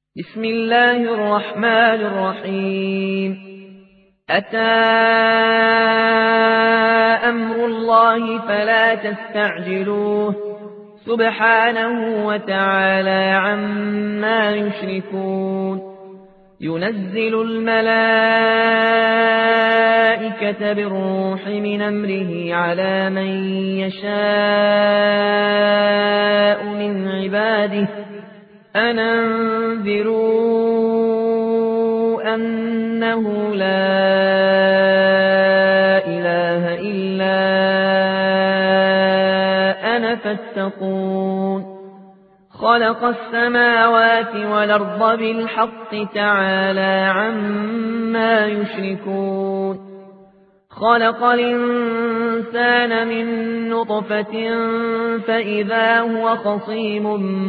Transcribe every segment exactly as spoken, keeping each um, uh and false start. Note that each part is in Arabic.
بسم الله الرحمن الرحيم. أتى أمر الله فلا تستعجلوه سبحانه وتعالى عما يشركون. ينزل الملائكة بالروح من أمره على من يشاء من عباده أن أنذروا أنه لا إله إلا أنا فاتقون. خلق السماوات والأرض بالحق تعالى عما يشركون. خلق الإنسان من نطفة فإذا هو خصيم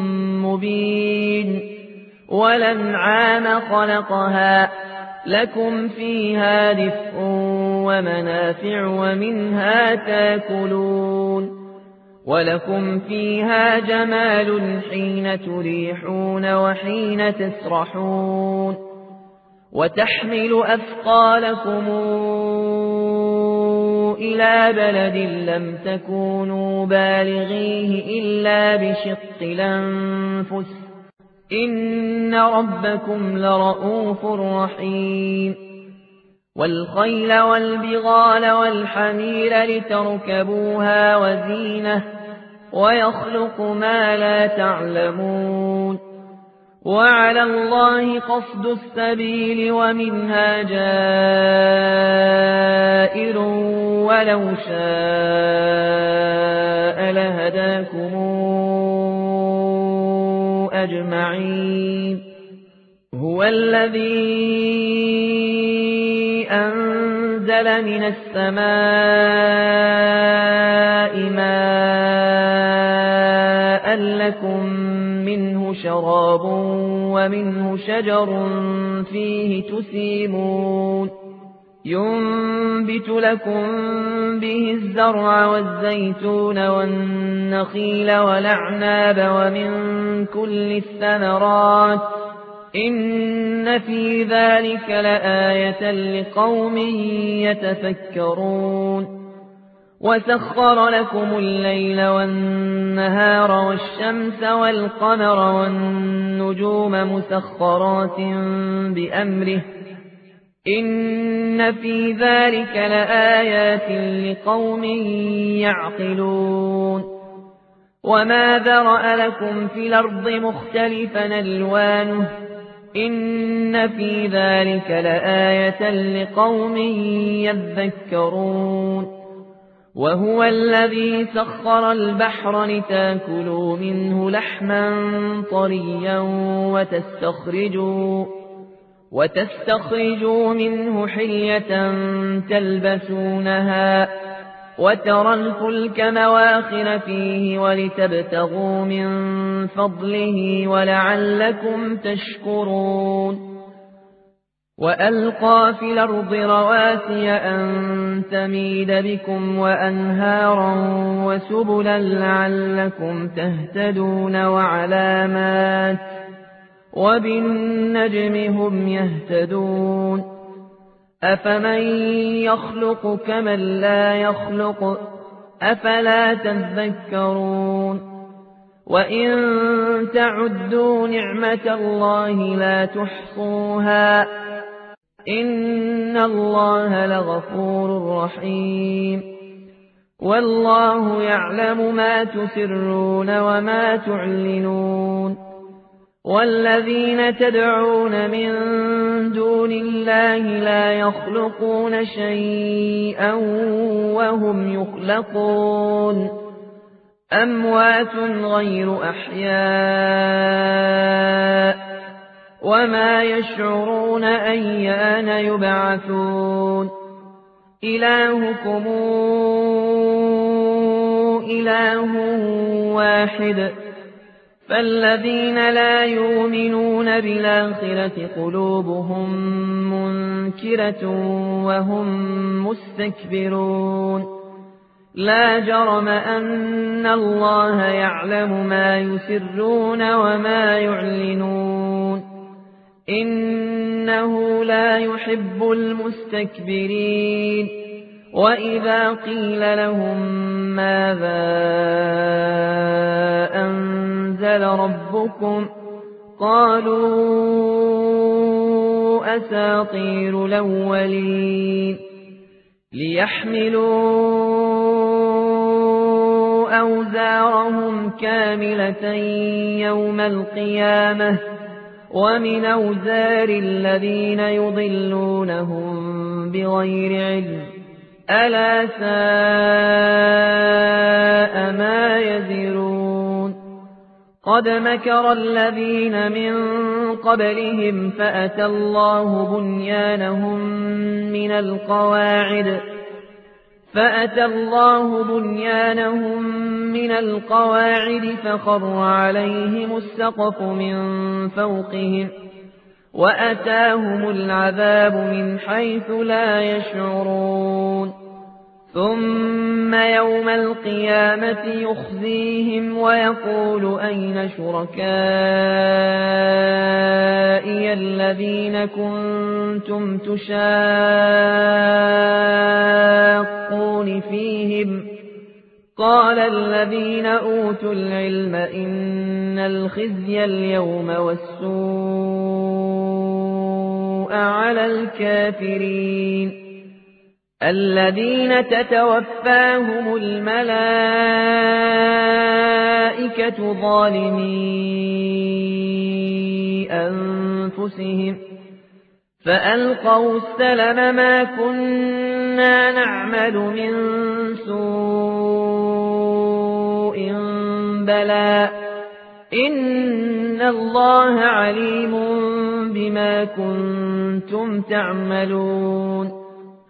مبين. والأنعام خلقها لكم فيها دفء ومنافع ومنها تاكلون. ولكم فيها جمال حين تريحون وحين تسرحون. وتحمل أثقالكم إلى بلد لم تكونوا بالغيه إلا بشق الأنفس إن ربكم لرؤوف رحيم. والخيل والبغال والحمير لتركبوها وزينة ويخلق ما لا تعلمون. وعلى الله قصد السبيل ومنها جائر ولو شاء لهداكم أجمعين. هو الذي أنزل من السماء ماء لكم منه شراب ومنه شجر فيه تسيمون. ينبت لكم به الزرع والزيتون والنخيل والأعناب ومن كل الثمرات إن في ذلك لآية لقوم يتفكرون. وسخر لكم الليل والنهار والشمس والقمر والنجوم مسخرات بأمره إن في ذلك لآيات لقوم يعقلون. وما ذرأ لكم في الأرض مختلفا ألوانه إن في ذلك لآية لقوم يذكرون. وهو الذي سخر البحر لتاكلوا منه لحما طريا وتستخرجوا, وتستخرجوا منه حلية تلبسونها وترى الفلك مواخر فيه ولتبتغوا من فضله ولعلكم تشكرون. وألقى في الأرض رواسي أن تميد بكم وأنهارا وسبلا لعلكم تهتدون وعلامات وبالنجم هم يهتدون. أفمن يخلق كمن لا يخلق أفلا تذكرون. وإن تعدوا نعمة الله لا تحصوها إن الله لغفور رحيم. والله يعلم ما تسرون وما تعلنون. والذين تدعون من دون الله لا يخلقون شيئا وهم يخلقون. أموات غير أحياء وما يشعرون أيان يبعثون. إلهكم إله واحد فالذين لا يؤمنون بالآخرة قلوبهم منكرة وهم مستكبرون. لا جرم أن الله يعلم ما يسرون وما يعلنون إنه لا يحب المستكبرين وإذا قيل لهم ماذا أنزل ربكم قالوا أساطير الأولين ليحملوا أوزارهم كاملة يوم القيامة ومن أوزار الذين يضلونهم بغير علم ألا ساء ما يزرون قد مكر الذين من قبلهم فأتى الله بنيانهم من القواعد فأتى الله بنيانهم من القواعد فخر عليهم السقف من فوقهم وأتاهم العذاب من حيث لا يشعرون ثم يوم القيامة يخزيهم ويقول أين شركائي الذين كنتم تشاقون فيهم قال الذين أوتوا العلم إن الخزي اليوم والسوء على الكافرين الذين تتوفاهم الملائكة ظالمي أنفسهم فألقوا السلم ما كنا نعمل من سوء بلى إن الله عليم بما كنتم تعملون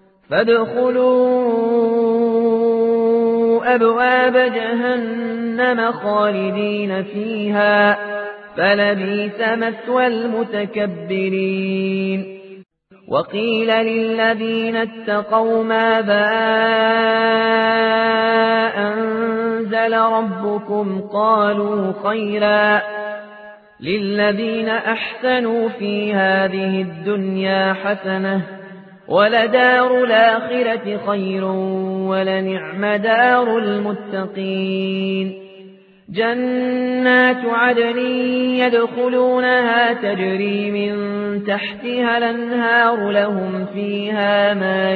فادخلوا أبواب جهنم خالدين فيها فلبئس مثوى المتكبرين وقيل للذين اتقوا ماذا أنزل ربكم قالوا خيرا للذين أحسنوا في هذه الدنيا حسنة ولدار الآخرة خير ولنعم دار المتقين جنات عدن يدخلونها تجري من تحتها الأنهار لهم فيها ما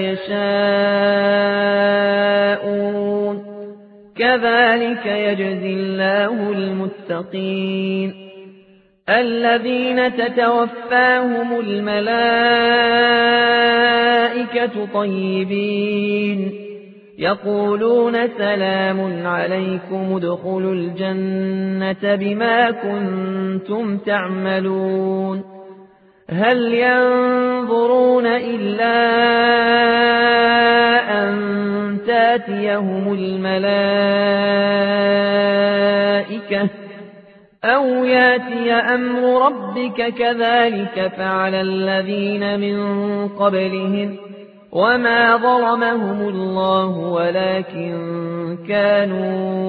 يشاءون كذلك يجزي الله المتقين الذين تتوفاهم الملائكة طيبين يقولون سلام عليكم ادخلوا الجنة بما كنتم تعملون هل ينظرون إلا أن تاتيهم الملائكة أو ياتي أمر ربك كذلك فعل الذين من قبلهم وما ظلمهم الله ولكن كانوا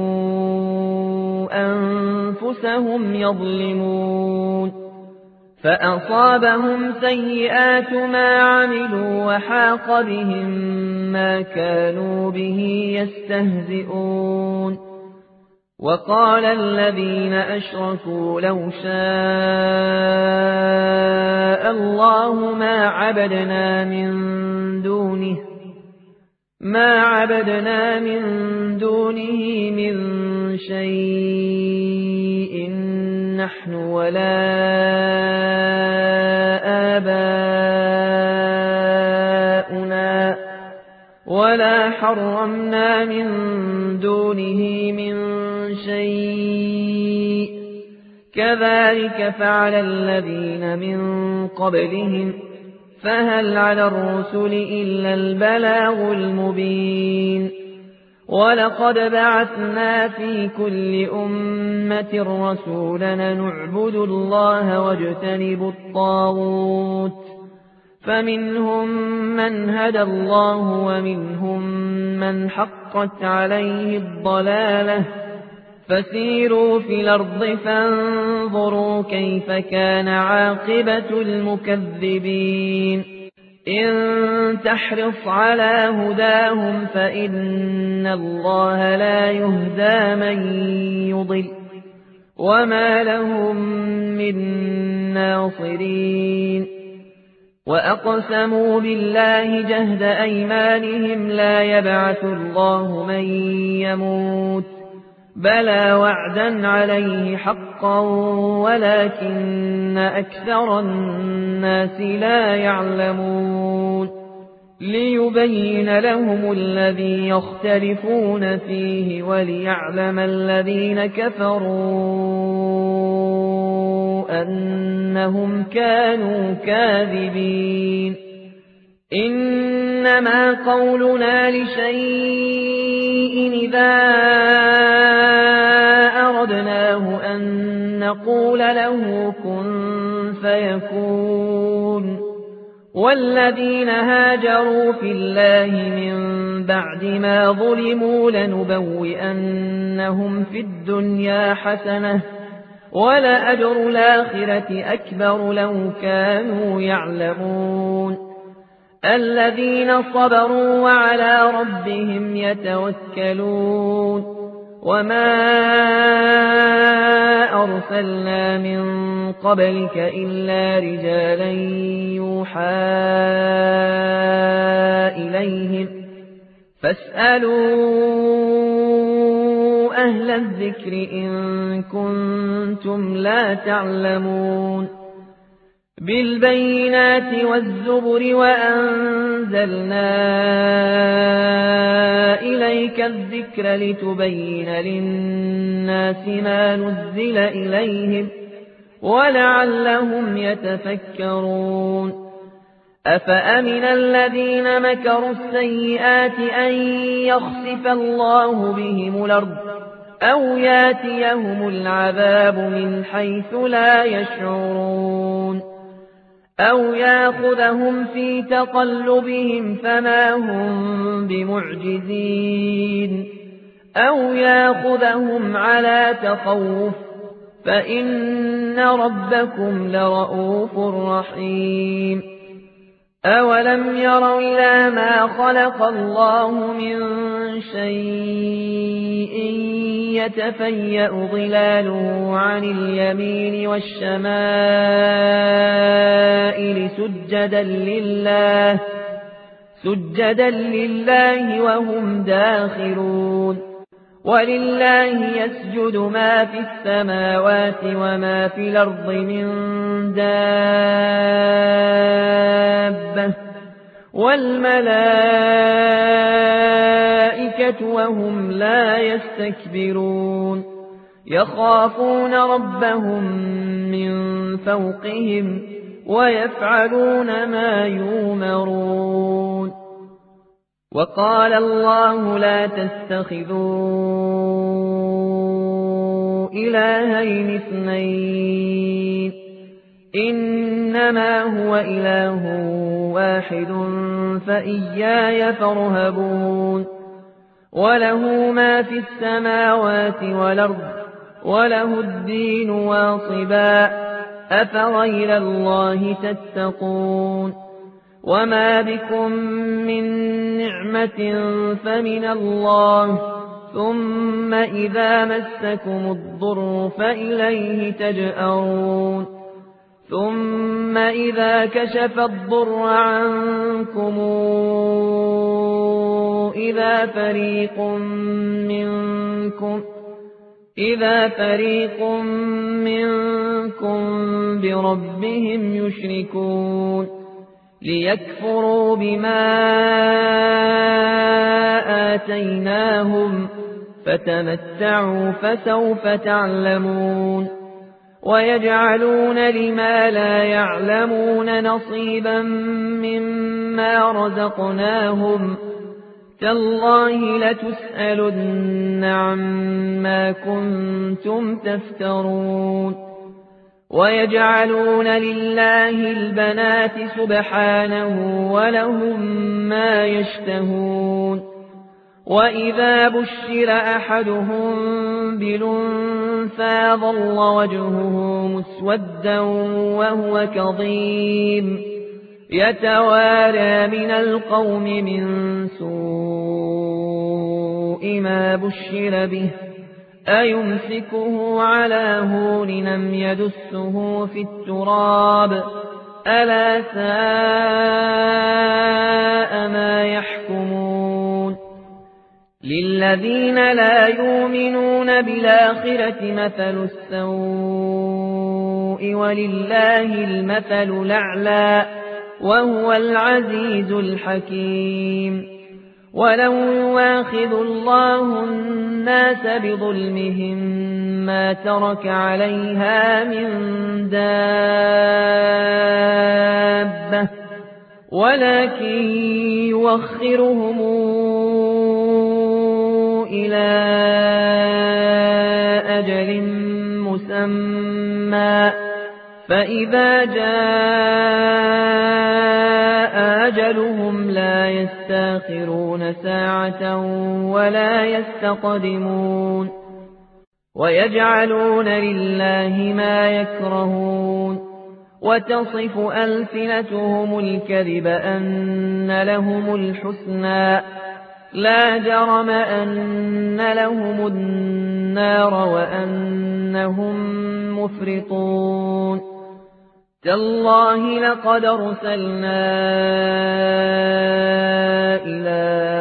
أنفسهم يظلمون فأصابهم سيئات ما عملوا وحاق بهم ما كانوا به يستهزئون وقال الذين أشركوا لو شاء الله ما عبدنا من دونه ما عبدنا من دونه من شيء نحن ولا آباؤنا ولا حرمنا من دونه من شيء كذلك فعل الذين من قبلهم فهل على الرسل إلا البلاغ المبين ولقد بعثنا في كل أمة رسولا نعبد الله واجتنب الطاغوت فمنهم من هدى الله ومنهم من حقت عليه الضلالة فسيروا في الأرض فانظروا كيف كان عاقبة المكذبين إن تحرص على هداهم فإن الله لا يهدى من يضل وما لهم من ناصرين وأقسموا بالله جهد أيمانهم لا يبعث الله من يموت بلى وعدا عليه حقا ولكن أكثر الناس لا يعلمون ليبين لهم الذي يختلفون فيه وليعلم الذين كفروا أنهم كانوا كاذبين إنما قولنا لشيء إذا أردناه أن نقول له كن فيكون والذين هاجروا في الله من بعد ما ظلموا لنبوئنهم في الدنيا حسنة ولأجر الآخرة أكبر لو كانوا يعلمون الذين صبروا وعلى ربهم يتوكلون وما أرسلنا من قبلك إلا رجالا يوحى إليهم فاسألوا أهل الذكر إن كنتم لا تعلمون بالبينات والزبر وأنزلنا إليك الذكر لتبين للناس ما نزل إليهم ولعلهم يتفكرون أفأمن الذين مكروا السيئات أن يخسف الله بهم الأرض أو ياتيهم العذاب من حيث لا يشعرون أو ياخذهم في تقلبهم فما هم بمعجزين أو ياخذهم على تخوف فإن ربكم لرؤوف رحيم أولم يروا إلى ما خلق الله من شيء يتفيأ ظلاله عن اليمين والشمائل سجدا لله سجدا لله وهم داخرون ولله يسجد ما في السماوات وما في الأرض من دابة والملائكة وهم لا يستكبرون يخافون ربهم من فوقهم ويفعلون ما يؤمرون وقال الله لا تتخذوا إلهين اثنين إنما هو إله واحد فإياي فارهبون وله ما في السماوات والأرض وله الدين واصبا أفغير الله تتقون وما بكم من نعمة فمن الله ثم إذا مسكم الضر فإليه تجأرون ثم إذا كشف الضر عنكم إذا فريق منكم إذا فريق منكم بربهم يشركون ليكفروا بما آتيناهم فتمتعوا فسوف تعلمون ويجعلون لما لا يعلمون نصيبا مما رزقناهم تالله لتسألن عما كنتم تفترون ويجعلون لله البنات سبحانه ولهم ما يشتهون وإذا بشر أحدهم بالأنثى ظل وجهه مسودا وهو كظيم يتوارى من القوم من سوء ما بشر به أيمسكه على هون أم يدسه في التراب ألا ساء ما يحكمون للذين لا يؤمنون بالآخرة مثل السوء ولله المثل الأعلى وهو العزيز الحكيم ولو يواخذ الله الناس بظلمهم ما ترك عليها من دابة ولكن يوخرهم إلى أجل مسمى فإذا جاء أجلهم لا يستأخرون ساعة ولا يستقدمون ويجعلون لله ما يكرهون وتصف ألسنتهم الكذب أن لهم الحسنى لا جرم أن لهم النار وأنهم مفرطون تالله لقد أرسلنا إلى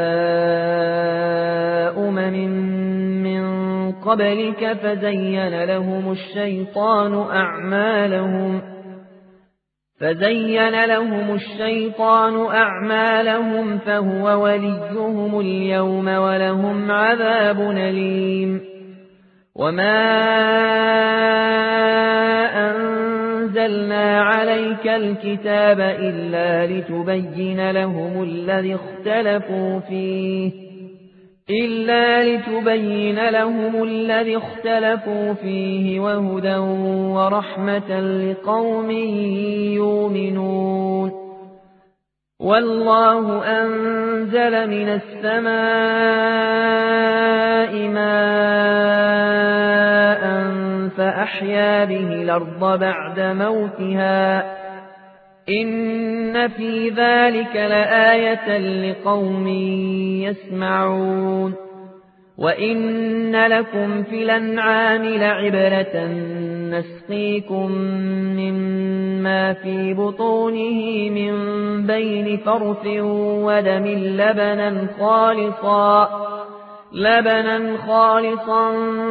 أمم من قبلك فزين لهم الشيطان أعمالهم فزين لهم الشيطان أعمالهم فهو وليهم اليوم ولهم عذاب أليم وما أنزلنا عليك الكتاب إلا لتبين لهم الذي اختلفوا فيه إلا لتبين لهم الذي اختلفوا فيه وهدى ورحمة لقوم يؤمنون والله أنزل من السماء ماء فأحيا به الأرض بعد موتها إن في ذلك لآية لقوم يسمعون وإن لكم في الأنعام لعبرة نسقيكم مما في بطونه من بين فرث ودم لبنا خالصا لبنا خالصا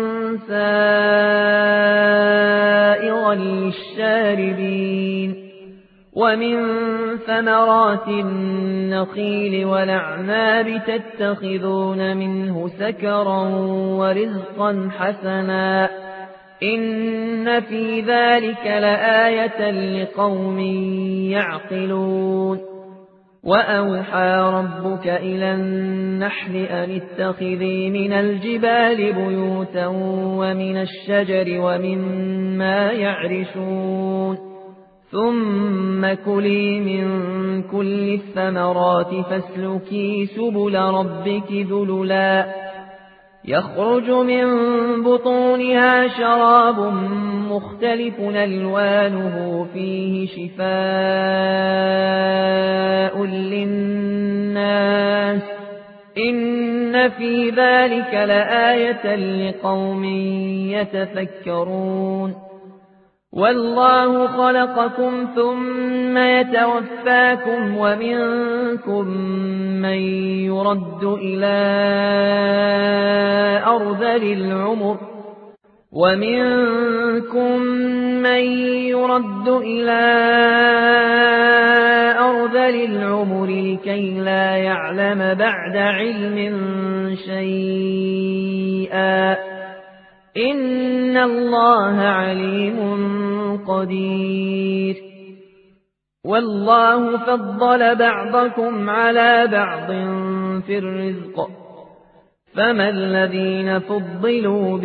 سائغا للشاربين ومن ثمرات النخيل والأعناب تتخذون منه سكرا ورزقا حسنا إن في ذلك لآية لقوم يعقلون وأوحى ربك إلى النحل أن اتخذي من الجبال بيوتا ومن الشجر ومما يعرشون ثم كلي من كل الثمرات فاسلكي سبل ربك ذللا يخرج من بطونها شراب مختلف ألوانه فيه شفاء للناس إن في ذلك لآية لقوم يتفكرون والله خلقكم ثم يتوفاكم ومنكم من يرد إلى أرذل العمر ومنكم من يرد إلى أرذل العمر لكي لا يعلم بعد علم شيئا إن الله عليم قدير والله فضل بعضكم على بعض في الرزق فما الذين فضلوا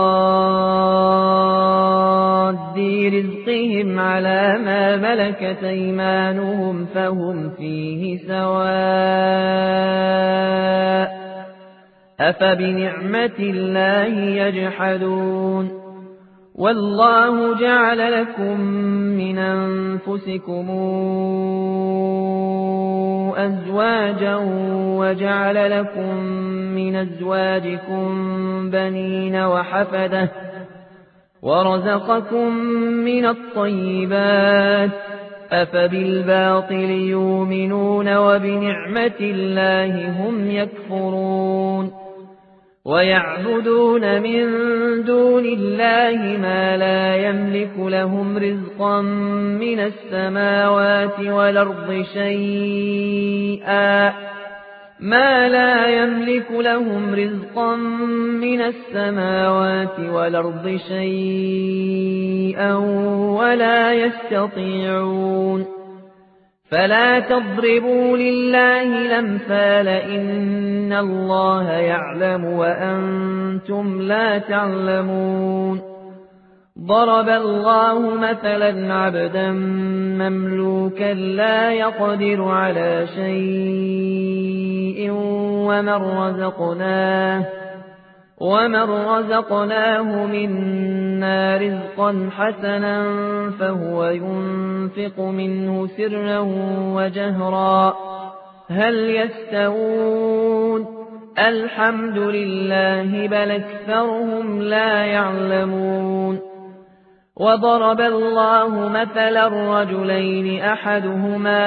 براد رزقهم على ما ملكت أيمانهم فهم فيه سواء أفبنعمة الله يجحدون والله جعل لكم من أنفسكم أزواجا وجعل لكم من أزواجكم بنين وحفدة ورزقكم من الطيبات أفبالباطل يؤمنون وبنعمة الله هم يكفرون ويعبدون من دون الله ما لا يملك لهم رزقا من السماوات والأرض شيئا ما لا يملك لهم رزقا من السماوات والأرض شيئا ولا يستطيعون فلا تضربوا لله الأمثال إن الله يعلم وأنتم لا تعلمون ضرب الله مثلا عبدا مملوكا لا يقدر على شيء ومن رزقناه ومن رزقناه منا رزقا حسنا فهو ينفق منه سرا وجهرا هل يستوون الحمد لله بل أكثرهم لا يعلمون وضرب الله مثلا رجلين أحدهما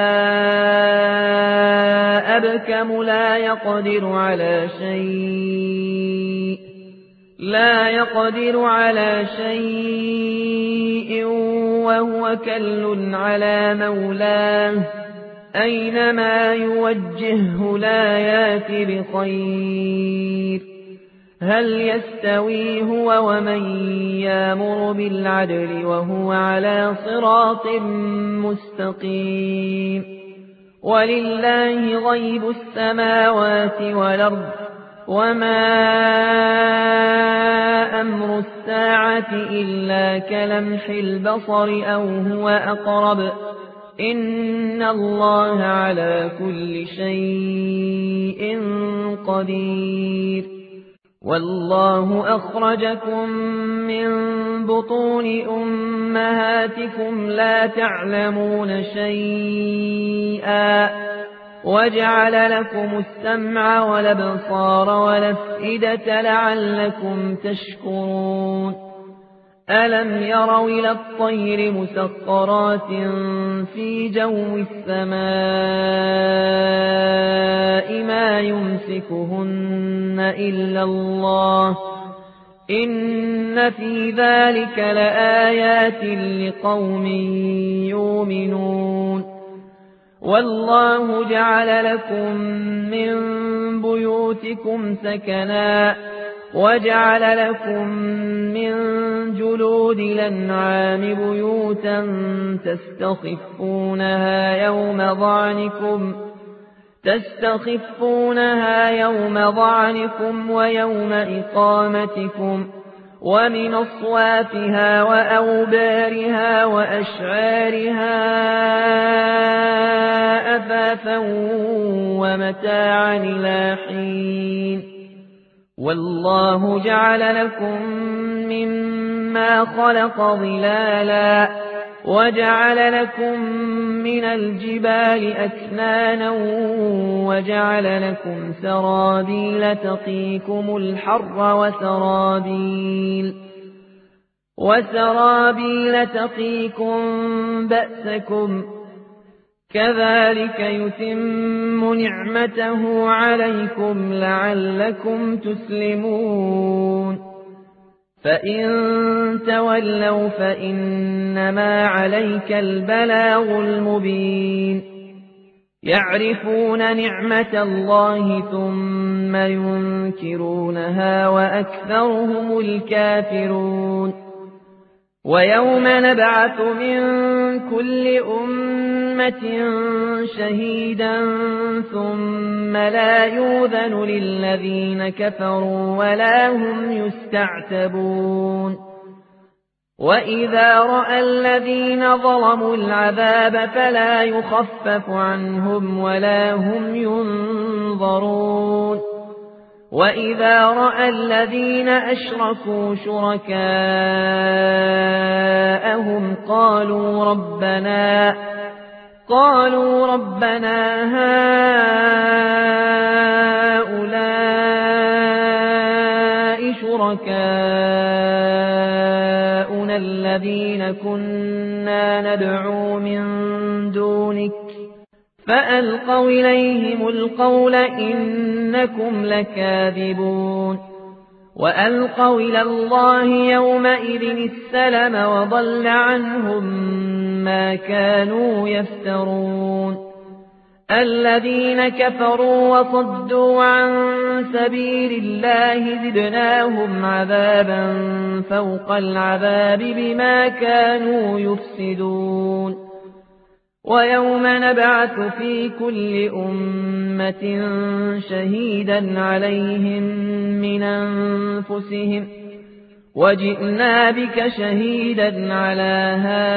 أبكم لا يقدر على شيء لا يقدر على شيء وهو كل على مولاه أينما يوجهه لا يات بخير هل يستوي هو ومن يامر بالعدل وهو على صراط مستقيم ولله غيب السماوات والأرض وما أمر الساعة إلا كلمح البصر أو هو أقرب إن الله على كل شيء قدير والله أخرجكم من بطون أمهاتكم لا تعلمون شيئا وجعل لكم السمع والأبصار والأفئدة لعلكم تشكرون ألم يروا إلى الطير مسخرات في جو السماء ما يمسكهن إلا الله إن في ذلك لآيات لقوم يؤمنون والله جعل لكم من بيوتكم سكنا وجعل لكم من جلود الأنعام بيوتا تستخفونها يوم ضعنكم تستخفونها يوم ضعنكم ويوم إقامتكم ومن أصوافها وأوبارها وأشعارها أثاثا ومتاعا إلى حين والله جعل لكم مما خلق ظلالا وجعل لكم من الجبال أكنانا وجعل لكم سرابيل تقيكم الحر وسرابيل وسرابيل تقيكم بأسكم كذلك يتم نعمته عليكم لعلكم تسلمون فإن تولوا فإنما عليك البلاغ المبين يعرفون نعمة الله ثم ينكرونها وأكثرهم الكافرون ويوم نبعث من كل أمة شهيدا ثم لا يؤذن للذين كفروا ولا هم يستعتبون وإذا رأى الذين ظلموا العذاب فلا يخفف عنهم ولا هم ينظرون وإذا رأى الذين أشركوا شركاءهم قالوا ربنا قالوا ربنا هؤلاء شركاؤنا الذين كنا ندعو من دونك فألقوا إليهم القول إنكم لكاذبون وألقوا إلى الله يومئذ السلم وضل عنهم ما كانوا يفترون الذين كفروا وصدوا عن سبيل الله زدناهم عذابا فوق العذاب بما كانوا يفسدون ويوم نبعث في كل أمة شهيدا عليهم من أنفسهم وجئنا بك شهيدا على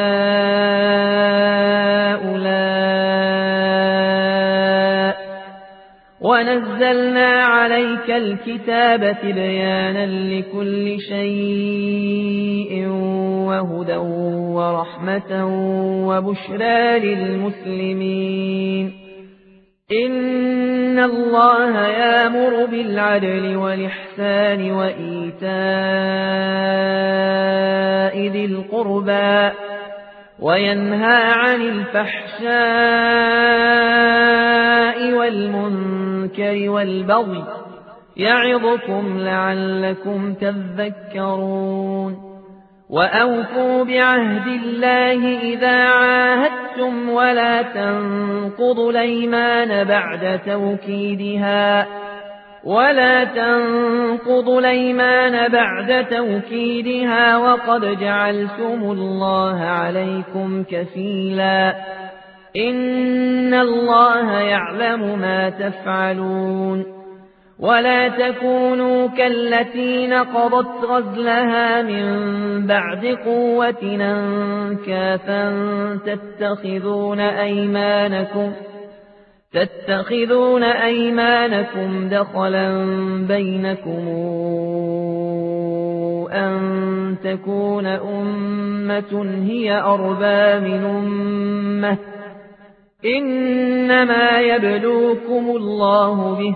هؤلاء ونزلنا عليك الكتاب تبيانا لكل شيء وهدى ورحمة وبشرى للمسلمين إن الله يأمر بالعدل والإحسان وإيتاء ذي القربى وينهى عن الفحشاء والمنكر والبغي يعظكم لعلكم تذكرون وأوفوا بعهد الله إذا عاهدتم ولا تنقضوا الأيمان بعد توكيدها ولا تنقضوا الأيمان بعد توكيدها وقد جعلتم الله عليكم كفيلا إن الله يعلم ما تفعلون ولا تكونوا كالتي نقضت غزلها من بعد قوة أنكاثا تتخذون أيمانكم تتخذون أيمانكم دخلا بينكم أن تكون أمة هي أربى من أمة إنما يبلوكم الله به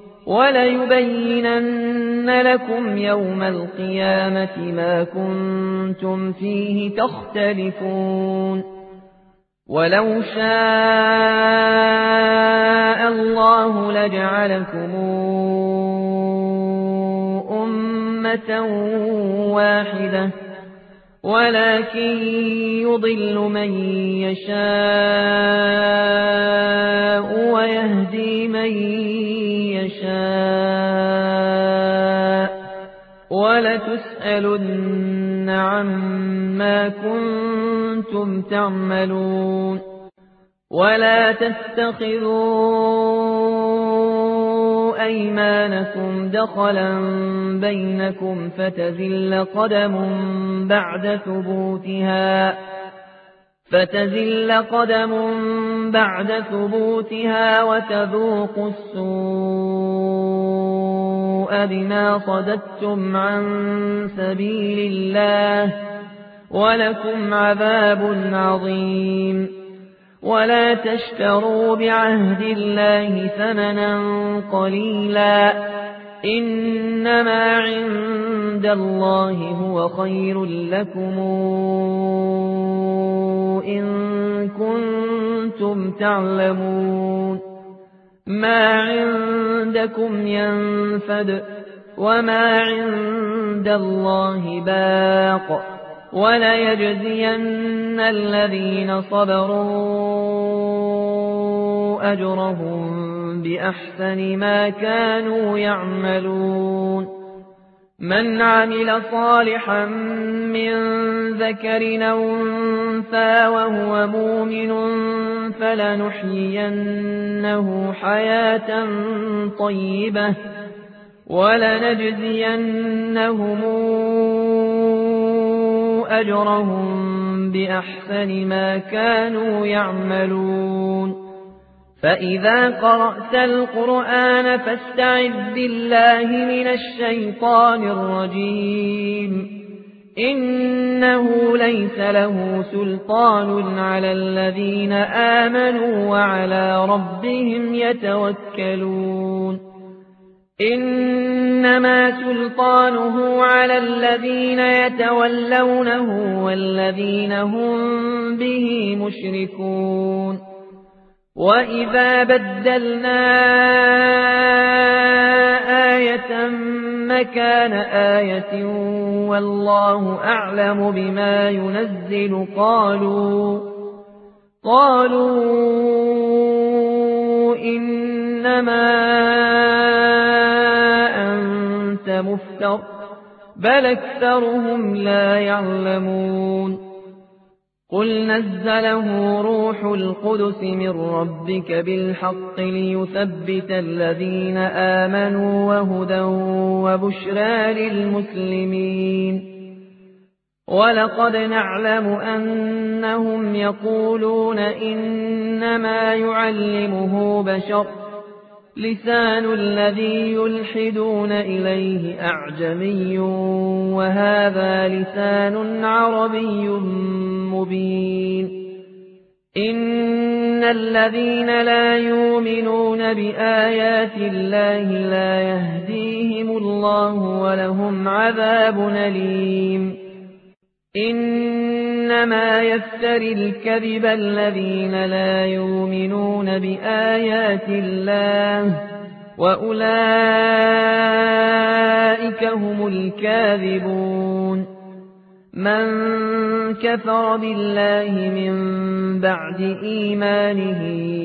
وليبينن لكم يوم القيامة ما كنتم فيه تختلفون ولو شاء الله لجعلكم أمة واحدة ولكن يضل من يشاء ويهدي من يشاء ولتسألن عما كنتم تعملون ولا تتخذوا أيمانكم دخلا بينكم فتزل قدم بعد ثبوتها فتزل قدم بعد ثبوتها وتذوقوا السوء بما صددتم عن سبيل الله ولكم عذاب عظيم ولا تشتروا بعهد الله ثمنا قليلا إنما عند الله هو خير لكم إن كنتم تعلمون ما عندكم ينفد وما عند الله باق وليجزين الذين صبروا أجرهم بأحسن ما كانوا يعملون من عمل صالحا من ذكر أو أنثى وهو مؤمن فلنحيينه حياة طيبة ولنجزينهم أجرهم بأحسن ما كانوا يعملون فإذا قرأت القرآن فاستعذ بالله من الشيطان الرجيم إنه ليس له سلطان على الذين آمنوا وعلى ربهم يتوكلون إنما سلطانه على الذين يتولونه والذين هم به مشركون وإذا بدلنا آية مكان آية والله أعلم بما ينزل قالوا قالوا إنما أنت مفتر بل أكثرهم لا يعلمون قل نزله روح القدس من ربك بالحق ليثبت الذين آمنوا وهدى وبشرى للمسلمين ولقد نعلم أنهم يقولون إنما يعلمه بشر لسان الذي يلحدون إليه أعجمي وهذا لسان عربي مبين إن الذين لا يؤمنون بآيات الله لا يهديهم الله ولهم عذاب أليم إنما يفتري الكذب الذين لا يؤمنون بآيات الله وأولئك هم الكاذبون من كفر بالله من بعد إيمانه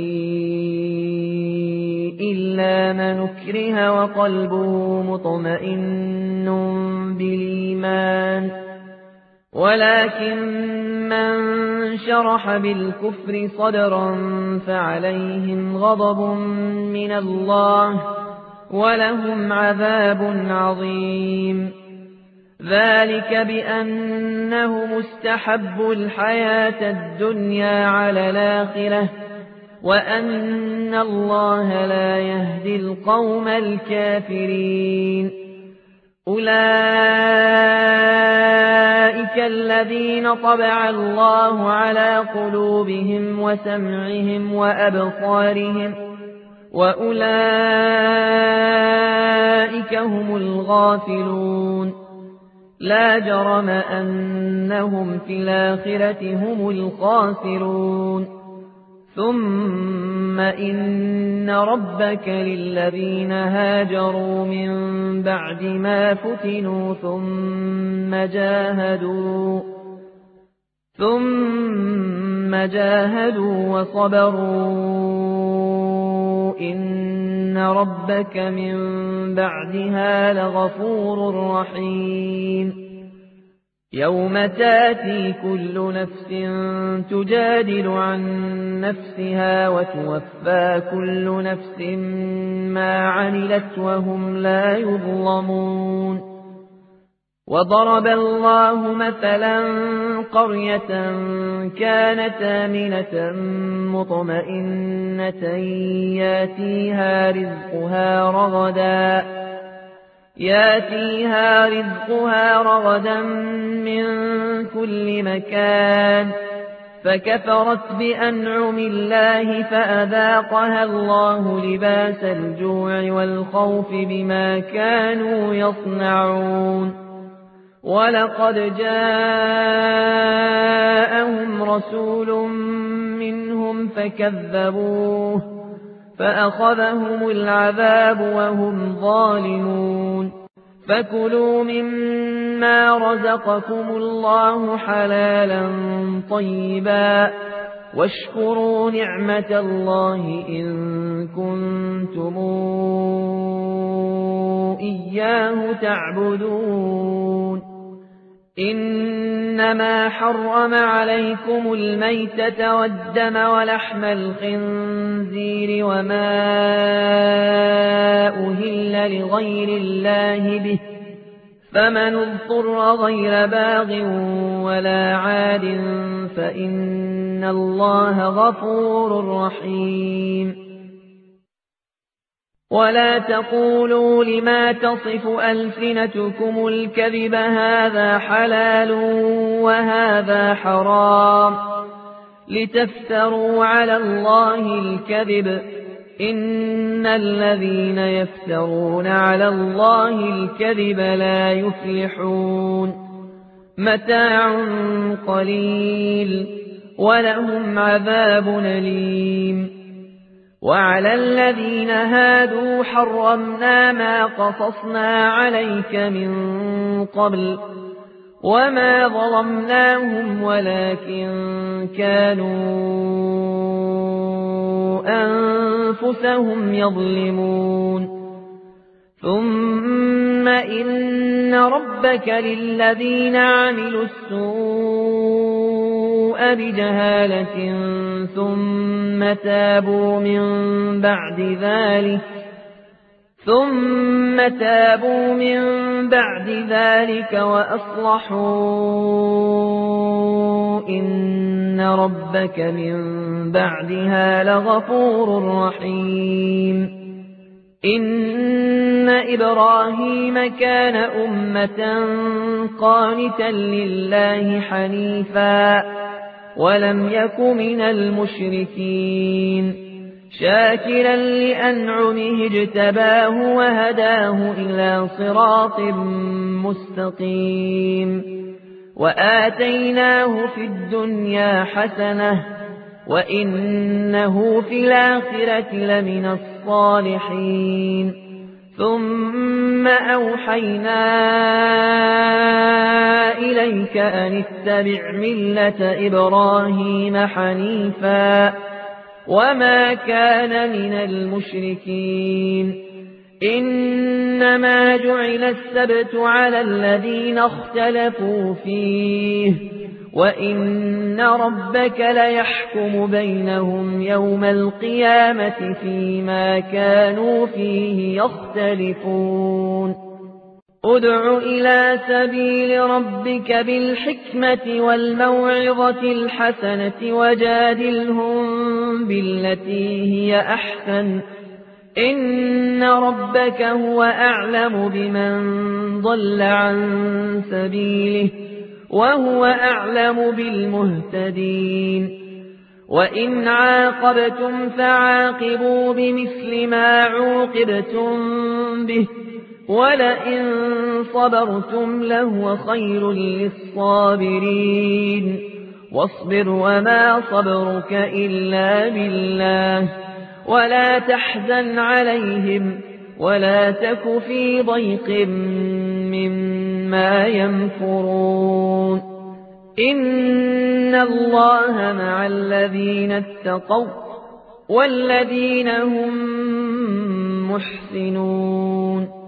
إلا من أكره وقلبه مطمئن بالإيمان ولكن من شرح بالكفر صدرا فعليهم غضب من الله ولهم عذاب عظيم ذلك بأنه مستحب الحياة الدنيا على الآخرة وأن الله لا يهدي القوم الكافرين أولئك الذين طبع الله على قلوبهم وسمعهم وأبصارهم وأولئك هم الغافلون لا جرم أنهم في الآخرة هم الخاسرون ثم إن ربك للذين هاجروا من بعد ما فتنوا ثم جاهدوا ثم جاهدوا وصبروا إن ربك من بعدها لغفور رحيم يوم تاتي كل نفس تجادل عن نفسها وتوفى كل نفس ما عملت وهم لا يظلمون وضرب الله مثلا قرية كانت آمنة مطمئنة ياتيها رزقها رغدا ياتيها رزقها رغدا من كل مكان فكفرت بأنعم الله فأذاقها الله لباس الجوع والخوف بما كانوا يصنعون ولقد جاءهم رسول منهم فكذبوه فأخذهم العذاب وهم ظالمون فكلوا مما رزقكم الله حلالا طيبا واشكروا نعمة الله إن كنتم إياه تعبدون إنما حرم عليكم الميتة والدم ولحم الخنزير وما أهل لغير الله به فمن اضطر غير باغ ولا عاد فإن الله غفور رحيم ولا تقولوا لما تصف ألسنتكم الكذب هذا حلال وهذا حرام لتفتروا على الله الكذب إن الذين يفترون على الله الكذب لا يفلحون متاع قليل ولهم عذاب أليم وعلى الذين هادوا حرمنا ما قصصنا عليك من قبل وما ظلمناهم ولكن كانوا أنفسهم يظلمون ثم إن ربك للذين عملوا السوء بجهالة ثم تابوا من بعد ذلك ثم تابوا من بعد ذلك وأصلحوا إن ربك من بعدها لغفور رحيم إن إبراهيم كان أمة قانتا لله حنيفا ولم يك من المشركين شاكرا لأنعمه اجتباه وهداه إلى صراط مستقيم وآتيناه في الدنيا حسنة وإنه في الآخرة لمن الصالحين ثم أوحينا إليك أن اتبع ملة إبراهيم حنيفا وما كان من المشركين إنما جعل السبت على الذين اختلفوا فيه وإن ربك ليحكم بينهم يوم القيامة فيما كانوا فيه يختلفون ادع إلى سبيل ربك بالحكمة والموعظة الحسنة وجادلهم بالتي هي أحسن إن ربك هو أعلم بمن ضل عن سبيله وهو أعلم بالمهتدين وإن عاقبتم فعاقبوا بمثل ما عوقبتم به ولئن صبرتم لهو خير للصابرين واصبر وما صبرك إلا بالله ولا تحزن عليهم ولا تك في ضيق مما يمكرون إن الله مع الذين اتقوا والذين هم محسنون